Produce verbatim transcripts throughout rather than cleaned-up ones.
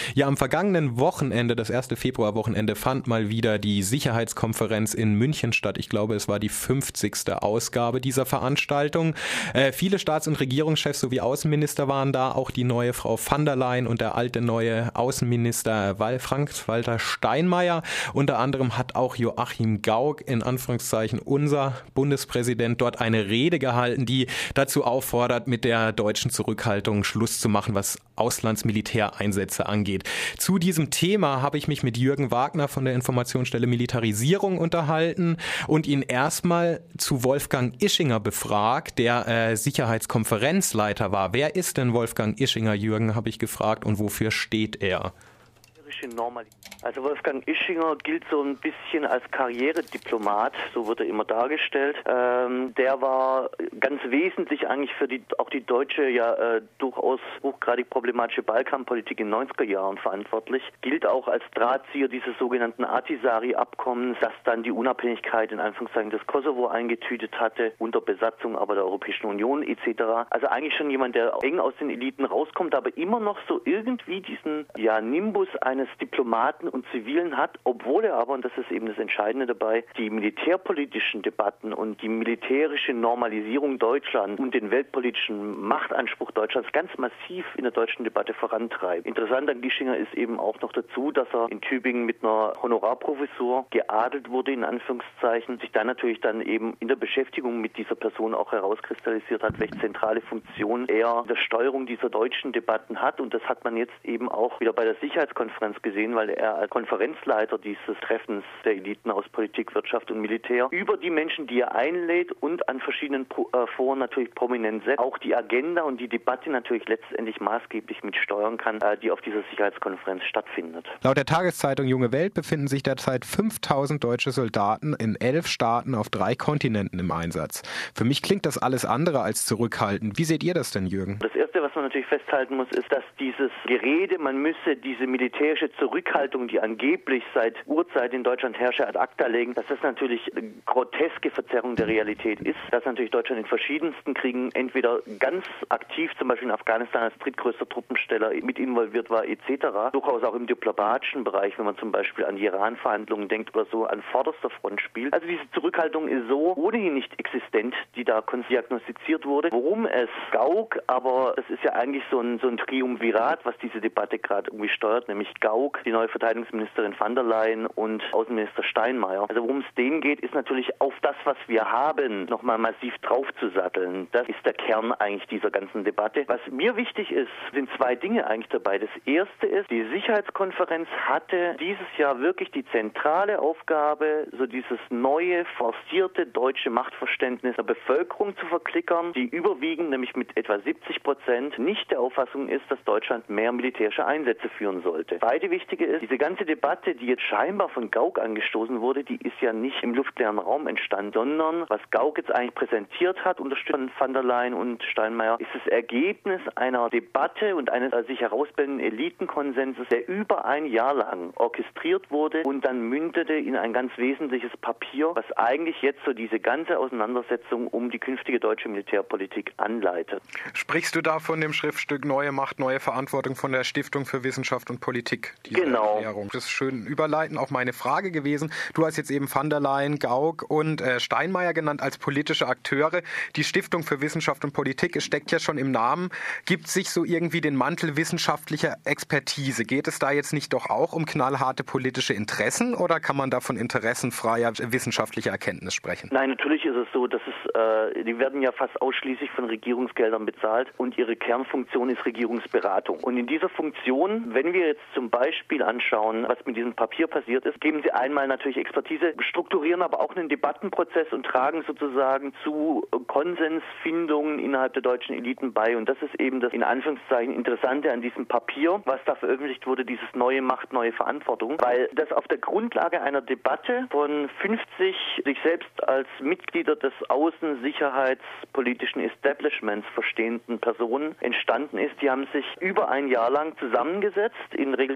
Ja, am vergangenen Wochenende, das erste Februarwochenende, fand mal wieder die Sicherheitskonferenz in München statt. Ich glaube, es war die fünfzigste Ausgabe dieser Veranstaltung. Äh, viele Staats- und Regierungschefs sowie Außenminister waren da, auch die neue Frau von der Leyen und der alte neue Außenminister Frank-Walter Steinmeier. Unter anderem hat auch Joachim Gauck, in Anführungszeichen unser Bundespräsident, dort eine Rede gehalten, die dazu auffordert, mit der deutschen Zurückhaltung Schluss zu machen, was Auslandsmilitäreinsätze angeht. Zu diesem Thema habe ich mich mit Jürgen Wagner von der Informationsstelle Militarisierung unterhalten und ihn erstmal zu Wolfgang Ischinger befragt, der äh, Sicherheitskonferenzleiter war. Wer ist denn Wolfgang Ischinger, Jürgen, habe ich gefragt, und wofür steht er? Also Wolfgang Ischinger gilt so ein bisschen als Karrierediplomat, so wird er immer dargestellt. Ähm, der war ganz wesentlich eigentlich für die auch die deutsche, ja äh, durchaus hochgradig problematische Balkanpolitik in den neunziger Jahren verantwortlich. Gilt auch als Drahtzieher dieses sogenannten Ahtisaari-Abkommens, das dann die Unabhängigkeit in Anführungszeichen des Kosovo eingetütet hatte, unter Besatzung aber der Europäischen Union et cetera. Also eigentlich schon jemand, der eng aus den Eliten rauskommt, aber immer noch so irgendwie diesen ja, Nimbus eines Diplomaten und Zivilen hat, obwohl er aber, und das ist eben das Entscheidende dabei, die militärpolitischen Debatten und die militärische Normalisierung Deutschlands und den weltpolitischen Machtanspruch Deutschlands ganz massiv in der deutschen Debatte vorantreibt. Interessant an Ischinger ist eben auch noch dazu, dass er in Tübingen mit einer Honorarprofessur geadelt wurde, in Anführungszeichen, sich dann natürlich dann eben in der Beschäftigung mit dieser Person auch herauskristallisiert hat, welche zentrale Funktion er in der Steuerung dieser deutschen Debatten hat, und das hat man jetzt eben auch wieder bei der Sicherheitskonferenz gesehen, weil er als Konferenzleiter dieses Treffens der Eliten aus Politik, Wirtschaft und Militär über die Menschen, die er einlädt und an verschiedenen äh, Foren natürlich prominent setzt, auch die Agenda und die Debatte natürlich letztendlich maßgeblich mitsteuern kann, äh, die auf dieser Sicherheitskonferenz stattfindet. Laut der Tageszeitung Junge Welt befinden sich derzeit fünftausend deutsche Soldaten in elf Staaten auf drei Kontinenten im Einsatz. Für mich klingt das alles andere als zurückhaltend. Wie seht ihr das denn, Jürgen? Das Erste, was man natürlich festhalten muss, ist, dass dieses Gerede, man müsse diese militärische Zurückhaltung, die angeblich seit Urzeit in Deutschland herrsche, ad acta legen, dass das natürlich eine groteske Verzerrung der Realität ist, dass natürlich Deutschland in verschiedensten Kriegen entweder ganz aktiv, zum Beispiel in Afghanistan als drittgrößter Truppensteller mit involviert war et cetera, durchaus auch im diplomatischen Bereich, wenn man zum Beispiel an die Iran-Verhandlungen denkt oder so, an vorderster Front spielt. Also diese Zurückhaltung ist so ohnehin nicht existent, die da diagnostiziert wurde. Worum es Gauck, aber das ist ja eigentlich so ein, so ein Triumvirat, was diese Debatte gerade irgendwie steuert, nämlich Gauck, die neue Verteidigungsministerin von der Leyen und Außenminister Steinmeier. Also worum es denen geht, ist natürlich auf das, was wir haben, nochmal massiv draufzusatteln. Das ist der Kern eigentlich dieser ganzen Debatte. Was mir wichtig ist, sind zwei Dinge eigentlich dabei. Das erste ist, die Sicherheitskonferenz hatte dieses Jahr wirklich die zentrale Aufgabe, so dieses neue, forcierte deutsche Machtverständnis der Bevölkerung zu verklickern, die überwiegend, nämlich mit etwa siebzig Prozent, nicht der Auffassung ist, dass Deutschland mehr militärische Einsätze führen sollte. Zweite wichtige ist, diese ganze Debatte, die jetzt scheinbar von Gauck angestoßen wurde, die ist ja nicht im luftleeren Raum entstanden, sondern was Gauck jetzt eigentlich präsentiert hat, unterstützt von von der Leyen und Steinmeier, ist das Ergebnis einer Debatte und eines sich herausbildenden Elitenkonsenses, der über ein Jahr lang orchestriert wurde und dann mündete in ein ganz wesentliches Papier, was eigentlich jetzt so diese ganze Auseinandersetzung um die künftige deutsche Militärpolitik anleitet. Sprichst du da von dem Schriftstück Neue Macht, neue Verantwortung von der Stiftung für Wissenschaft und Politik? Genau. Erklärung. Das ist schön überleiten, auch meine Frage gewesen. Du hast jetzt eben von der Leyen, Gauck und äh, Steinmeier genannt als politische Akteure. Die Stiftung für Wissenschaft und Politik, es steckt ja schon im Namen, gibt sich so irgendwie den Mantel wissenschaftlicher Expertise. Geht es da jetzt nicht doch auch um knallharte politische Interessen oder kann man da von interessenfreier wissenschaftlicher Erkenntnis sprechen? Nein, natürlich ist es so, dass es, äh, die werden ja fast ausschließlich von Regierungsgeldern bezahlt und ihre Kernfunktion ist Regierungsberatung. Und in dieser Funktion, wenn wir jetzt zum Beispiel anschauen, was mit diesem Papier passiert ist, geben sie einmal natürlich Expertise, strukturieren aber auch einen Debattenprozess und tragen sozusagen zu Konsensfindungen innerhalb der deutschen Eliten bei. Und das ist eben das in Anführungszeichen Interessante an diesem Papier, was da veröffentlicht wurde, dieses neue Macht, neue Verantwortung, weil das auf der Grundlage einer Debatte von fünfzig sich selbst als Mitglieder des außensicherheitspolitischen Establishments verstehenden Personen entstanden ist. Die haben sich über ein Jahr lang zusammengesetzt in regelmäßigen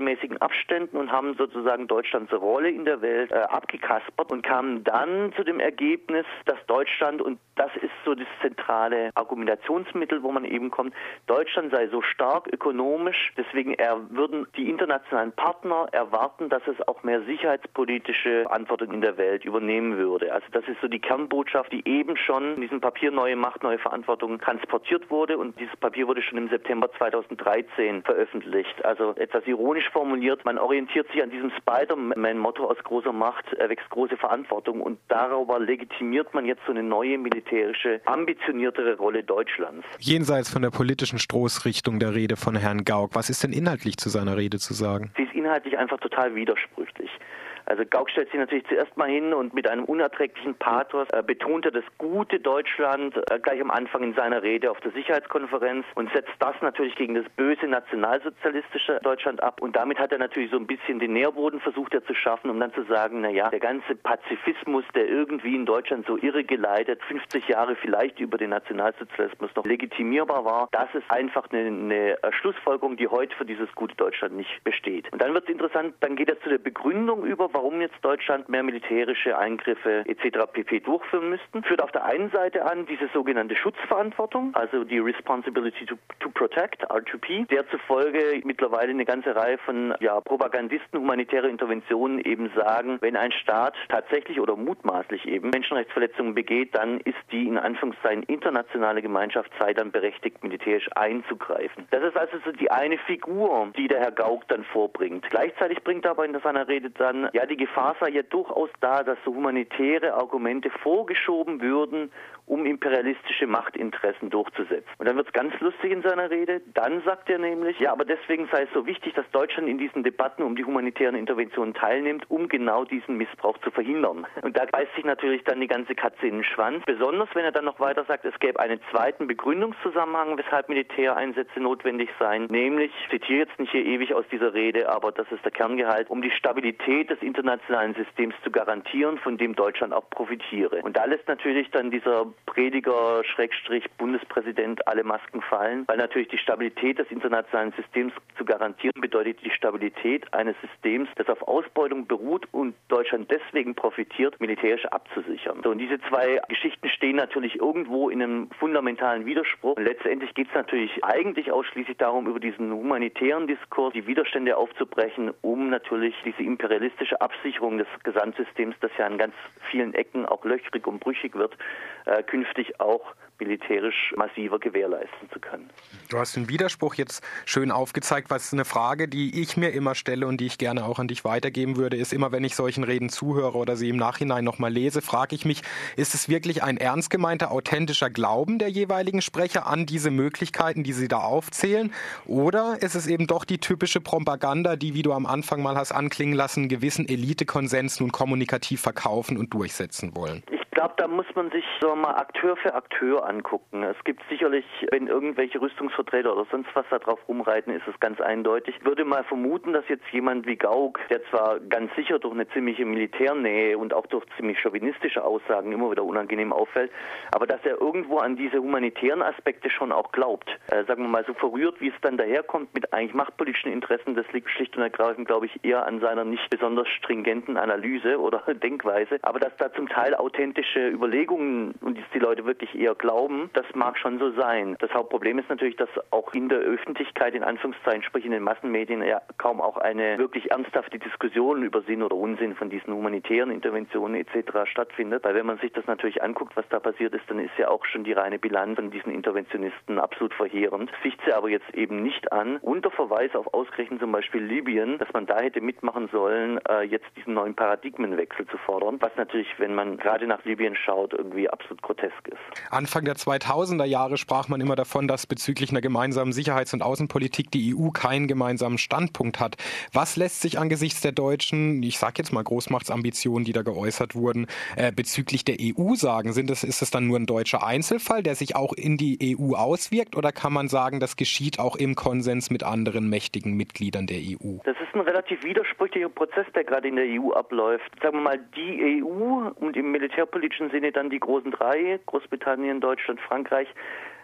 regelmäßigen Abständen und haben sozusagen Deutschlands Rolle in der Welt äh, abgekaspert und kamen dann zu dem Ergebnis, dass Deutschland, und das ist so das zentrale Argumentationsmittel, wo man eben kommt, Deutschland sei so stark ökonomisch, deswegen er, würden die internationalen Partner erwarten, dass es auch mehr sicherheitspolitische Verantwortung in der Welt übernehmen würde. Also das ist so die Kernbotschaft, die eben schon in diesem Papier Neue Macht, Neue Verantwortung transportiert wurde, und dieses Papier wurde schon im September zweitausenddreizehn veröffentlicht. Also etwas ironisch formuliert, man orientiert sich an diesem Spider-Man-Motto aus großer Macht erwächst große Verantwortung, und darüber legitimiert man jetzt so eine neue militärische, ambitioniertere Rolle Deutschlands. Jenseits von der politischen Stoßrichtung der Rede von Herrn Gauck, was ist denn inhaltlich zu seiner Rede zu sagen? Sie ist inhaltlich einfach total widersprüchlich. Also Gauck stellt sich natürlich zuerst mal hin und mit einem unerträglichen Pathos äh, betont er das gute Deutschland äh, gleich am Anfang in seiner Rede auf der Sicherheitskonferenz und setzt das natürlich gegen das böse nationalsozialistische Deutschland ab. Und damit hat er natürlich so ein bisschen den Nährboden versucht er zu schaffen, um dann zu sagen, naja, der ganze Pazifismus, der irgendwie in Deutschland so irregeleitet, fünfzig Jahre vielleicht über den Nationalsozialismus noch legitimierbar war, das ist einfach eine, eine Schlussfolgerung, die heute für dieses gute Deutschland nicht besteht. Und dann wird es interessant, dann geht er zu der Begründung über, warum jetzt Deutschland mehr militärische Eingriffe et cetera pp. Durchführen müssten. Führt auf der einen Seite an diese sogenannte Schutzverantwortung, also die Responsibility to, to Protect, R zwei P, der zufolge mittlerweile eine ganze Reihe von ja, Propagandisten humanitäre Interventionen eben sagen, wenn ein Staat tatsächlich oder mutmaßlich eben Menschenrechtsverletzungen begeht, dann ist die in Anführungszeichen internationale Gemeinschaft sei dann berechtigt, militärisch einzugreifen. Das ist also so die eine Figur, die der Herr Gauck dann vorbringt. Gleichzeitig bringt er aber in seiner Rede dann, ja, die Gefahr sei ja durchaus da, dass so humanitäre Argumente vorgeschoben würden, um imperialistische Machtinteressen durchzusetzen. Und dann wird es ganz lustig in seiner Rede. Dann sagt er nämlich, ja, aber deswegen sei es so wichtig, dass Deutschland in diesen Debatten um die humanitären Interventionen teilnimmt, um genau diesen Missbrauch zu verhindern. Und da beißt sich natürlich dann die ganze Katze in den Schwanz. Besonders, wenn er dann noch weiter sagt, es gäbe einen zweiten Begründungszusammenhang, weshalb Militäreinsätze notwendig seien. Nämlich, ich zitiere jetzt nicht hier ewig aus dieser Rede, aber das ist der Kerngehalt, um die Stabilität des internationalen Systems zu garantieren, von dem Deutschland auch profitiere. Und da lässt natürlich dann dieser Prediger, Schrägstrich, Bundespräsident alle Masken fallen, weil natürlich die Stabilität des internationalen Systems zu garantieren bedeutet die Stabilität eines Systems, das auf Ausbeutung beruht und Deutschland deswegen profitiert, militärisch abzusichern. So, und diese zwei Geschichten stehen natürlich irgendwo in einem fundamentalen Widerspruch. Und letztendlich geht es natürlich eigentlich ausschließlich darum, über diesen humanitären Diskurs die Widerstände aufzubrechen, um natürlich diese imperialistische Absicherung des Gesamtsystems, das ja an ganz vielen Ecken auch löchrig und brüchig wird, äh, künftig auch militärisch massiver gewährleisten zu können. Du hast den Widerspruch jetzt schön aufgezeigt, was eine Frage, die ich mir immer stelle und die ich gerne auch an dich weitergeben würde, ist immer, wenn ich solchen Reden zuhöre oder sie im Nachhinein nochmal lese, frage ich mich, ist es wirklich ein ernst gemeinter, authentischer Glauben der jeweiligen Sprecher an diese Möglichkeiten, die sie da aufzählen, oder ist es eben doch die typische Propaganda, die, wie du am Anfang mal hast anklingen lassen, einen gewissen Elitekonsens nun kommunikativ verkaufen und durchsetzen wollen? Ich glaube, da muss man sich so mal Akteur für Akteur angucken. Es gibt sicherlich, wenn irgendwelche Rüstungsvertreter oder sonst was da drauf rumreiten, ist es ganz eindeutig. Ich würde mal vermuten, dass jetzt jemand wie Gauck, der zwar ganz sicher durch eine ziemliche Militärnähe und auch durch ziemlich chauvinistische Aussagen immer wieder unangenehm auffällt, aber dass er irgendwo an diese humanitären Aspekte schon auch glaubt. Äh, sagen wir mal, so verrührt, wie es dann daherkommt mit eigentlich machtpolitischen Interessen, das liegt schlicht und ergreifend, glaube ich, eher an seiner nicht besonders stringenten Analyse oder Denkweise. Aber dass da zum Teil authentische Überlegungen und die Leute wirklich eher glauben, das mag schon so sein. Das Hauptproblem ist natürlich, dass auch in der Öffentlichkeit, in Anführungszeichen, sprich in den Massenmedien, ja kaum auch eine wirklich ernsthafte Diskussion über Sinn oder Unsinn von diesen humanitären Interventionen et cetera stattfindet. Weil wenn man sich das natürlich anguckt, was da passiert ist, dann ist ja auch schon die reine Bilanz von diesen Interventionisten absolut verheerend. Ficht sie aber jetzt eben nicht an, unter Verweis auf ausgerechnet zum Beispiel Libyen, dass man da hätte mitmachen sollen, äh, jetzt diesen neuen Paradigmenwechsel zu fordern, was natürlich, wenn man gerade nach Libyen schaut, irgendwie absolut grotesk ist. Anfang der zweitausender Jahre sprach man immer davon, dass bezüglich einer gemeinsamen Sicherheits- und Außenpolitik die E U keinen gemeinsamen Standpunkt hat. Was lässt sich angesichts der deutschen, ich sag jetzt mal Großmachtsambitionen, die da geäußert wurden, äh, bezüglich der E U sagen? Sind es, ist es dann nur ein deutscher Einzelfall, der sich auch in die E U auswirkt, oder kann man sagen, das geschieht auch im Konsens mit anderen mächtigen Mitgliedern der E U? Das ist ein relativ widersprüchlicher Prozess, der gerade in der E U abläuft. Sagen wir mal, die E U und im militärpolitischen Sinne dann die großen drei, Großbritannien, Deutschland, Frankreich,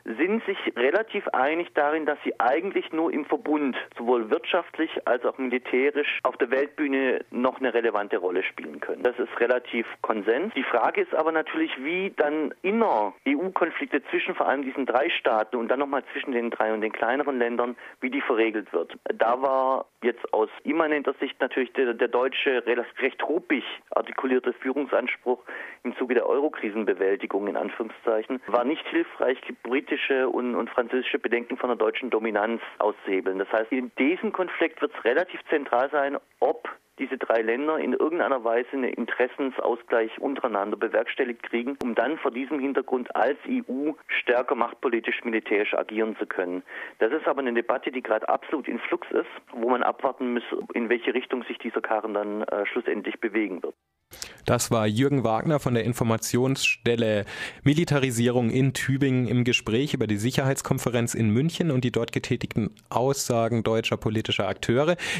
sind sich relativ einig darin, dass sie eigentlich nur im Verbund, sowohl wirtschaftlich als auch militärisch, auf der Weltbühne noch eine relevante Rolle spielen können. Das ist relativ Konsens. Die Frage ist aber natürlich, wie dann inner-E U-Konflikte zwischen vor allem diesen drei Staaten und dann nochmal zwischen den drei und den kleineren Ländern, wie die verregelt wird. Da war jetzt aus immanenter Sicht natürlich der, der deutsche recht ruppig artikulierte Führungsanspruch im Zuge der Eurokrisenbewältigung in Anführungszeichen war nicht hilfreich, britische und, und französische Bedenken von der deutschen Dominanz auszuhebeln. Das heißt, in diesem Konflikt wird es relativ zentral sein, ob diese drei Länder in irgendeiner Weise einen Interessensausgleich untereinander bewerkstelligt kriegen, um dann vor diesem Hintergrund als E U stärker machtpolitisch-militärisch agieren zu können. Das ist aber eine Debatte, die gerade absolut in Flux ist, wo man abwarten muss, in welche Richtung sich dieser Karren dann äh, schlussendlich bewegen wird. Das war Jürgen Wagner von der Informationsstelle Militarisierung in Tübingen im Gespräch über die Sicherheitskonferenz in München und die dort getätigten Aussagen deutscher politischer Akteure.